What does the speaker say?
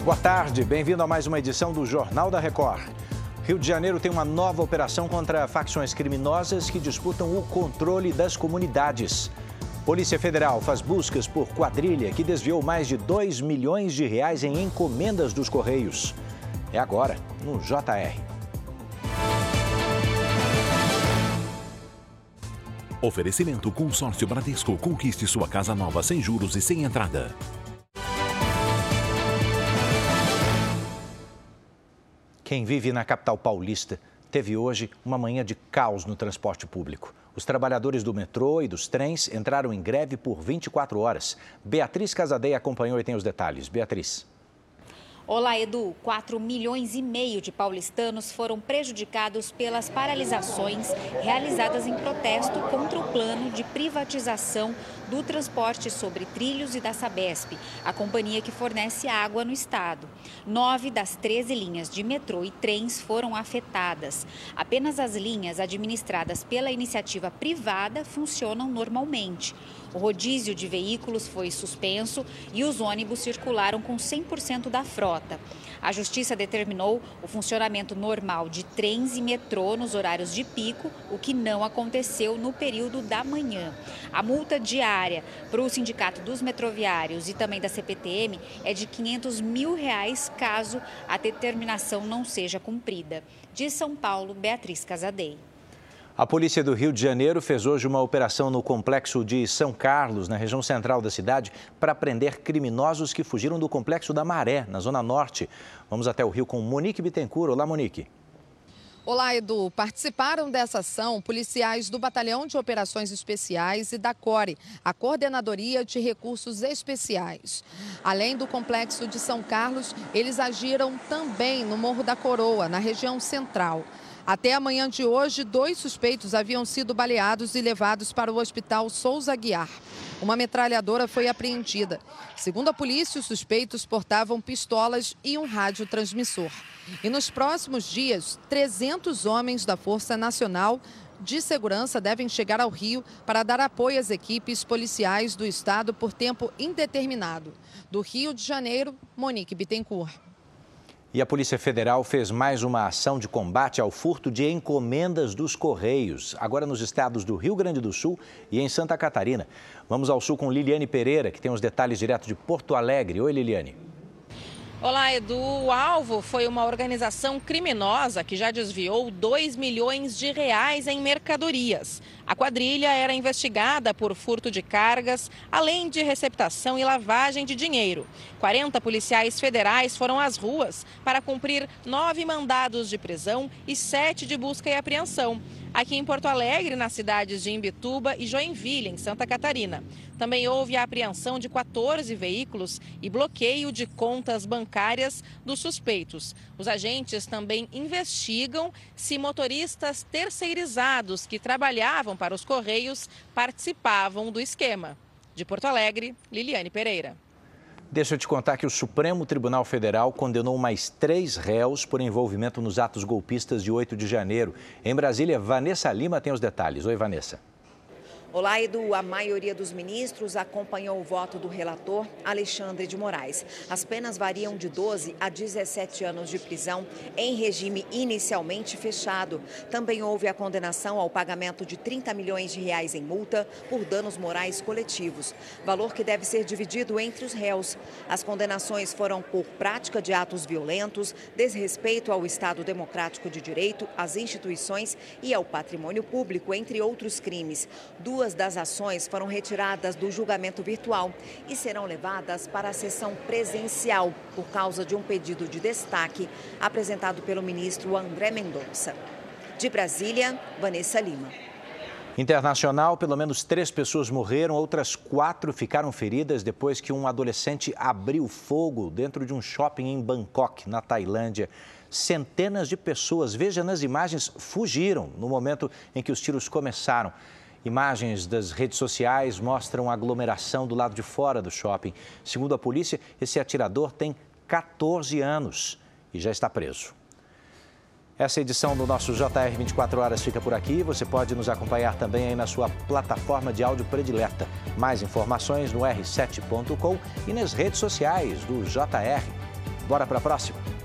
Boa tarde, bem-vindo a mais uma edição do Jornal da Record. Rio de Janeiro tem uma nova operação contra facções criminosas que disputam o controle das comunidades. Polícia Federal faz buscas por quadrilha que desviou mais de R$ 2 milhões em encomendas dos Correios. É agora, no JR. Oferecimento Consórcio Bradesco. Conquiste sua casa nova sem juros e sem entrada. Quem vive na capital paulista teve hoje uma manhã de caos no transporte público. Os trabalhadores do metrô e dos trens entraram em greve por 24 horas. Beatriz Casadei acompanhou e tem os detalhes. Beatriz. Olá, Edu. 4,5 milhões de paulistanos foram prejudicados pelas paralisações realizadas em protesto contra o plano de privatização do transporte sobre trilhos e da Sabesp, a companhia que fornece água no estado. 9 das 13 linhas de metrô e trens foram afetadas. Apenas as linhas administradas pela iniciativa privada funcionam normalmente. O rodízio de veículos foi suspenso e os ônibus circularam com 100% da frota. A Justiça determinou o funcionamento normal de trens e metrô nos horários de pico, o que não aconteceu no período da manhã. A multa diária para o Sindicato dos Metroviários e também da CPTM é de R$ 500 mil caso a determinação não seja cumprida. De São Paulo, Beatriz Casadei. A polícia do Rio de Janeiro fez hoje uma operação no complexo de São Carlos, na região central da cidade, para prender criminosos que fugiram do complexo da Maré, na zona norte. Vamos até o Rio com Monique Bittencourt. Olá, Monique. Olá, Edu. Participaram dessa ação policiais do Batalhão de Operações Especiais e da CORE, a Coordenadoria de Recursos Especiais. Além do complexo de São Carlos, eles agiram também no Morro da Coroa, na região central. Até a manhã de hoje, 2 suspeitos haviam sido baleados e levados para o Hospital Souza Aguiar. Uma metralhadora foi apreendida. Segundo a polícia, os suspeitos portavam pistolas e um radiotransmissor. E nos próximos dias, 300 homens da Força Nacional de Segurança devem chegar ao Rio para dar apoio às equipes policiais do estado por tempo indeterminado. Do Rio de Janeiro, Monique Bittencourt. E a Polícia Federal fez mais uma ação de combate ao furto de encomendas dos Correios, agora nos estados do Rio Grande do Sul e em Santa Catarina. Vamos ao Sul com Liliane Pereira, que tem os detalhes direto de Porto Alegre. Oi, Liliane. Olá, Edu. O alvo foi uma organização criminosa que já desviou R$ 2 milhões em mercadorias. A quadrilha era investigada por furto de cargas, além de receptação e lavagem de dinheiro. 40 policiais federais foram às ruas para cumprir 9 mandados de prisão e 7 de busca e apreensão. Aqui em Porto Alegre, nas cidades de Imbituba e Joinville, em Santa Catarina. Também houve a apreensão de 14 veículos e bloqueio de contas bancárias dos suspeitos. Os agentes também investigam se motoristas terceirizados que trabalhavam para os Correios participavam do esquema. De Porto Alegre, Liliane Pereira. Deixa eu te contar que o Supremo Tribunal Federal condenou mais 3 réus por envolvimento nos atos golpistas de 8 de janeiro. Em Brasília, Vanessa Lima tem os detalhes. Oi, Vanessa. Olá, Edu. A maioria dos ministros acompanhou o voto do relator Alexandre de Moraes. As penas variam de 12 a 17 anos de prisão em regime inicialmente fechado. Também houve a condenação ao pagamento de R$ 30 milhões em multa por danos morais coletivos, valor que deve ser dividido entre os réus. As condenações foram por prática de atos violentos, desrespeito ao Estado Democrático de Direito, às instituições e ao patrimônio público, entre outros crimes. 2 das ações foram retiradas do julgamento virtual e serão levadas para a sessão presencial por causa de um pedido de destaque apresentado pelo ministro André Mendonça. De Brasília, Vanessa Lima. Internacional, pelo menos 3 pessoas morreram, outras 4 ficaram feridas depois que um adolescente abriu fogo dentro de um shopping em Bangkok, na Tailândia. Centenas de pessoas, veja nas imagens, fugiram no momento em que os tiros começaram. Imagens das redes sociais mostram a aglomeração do lado de fora do shopping. Segundo a polícia, esse atirador tem 14 anos e já está preso. Essa edição do nosso JR 24 Horas fica por aqui. Você pode nos acompanhar também aí na sua plataforma de áudio predileta. Mais informações no r7.com e nas redes sociais do JR. Bora para a próxima?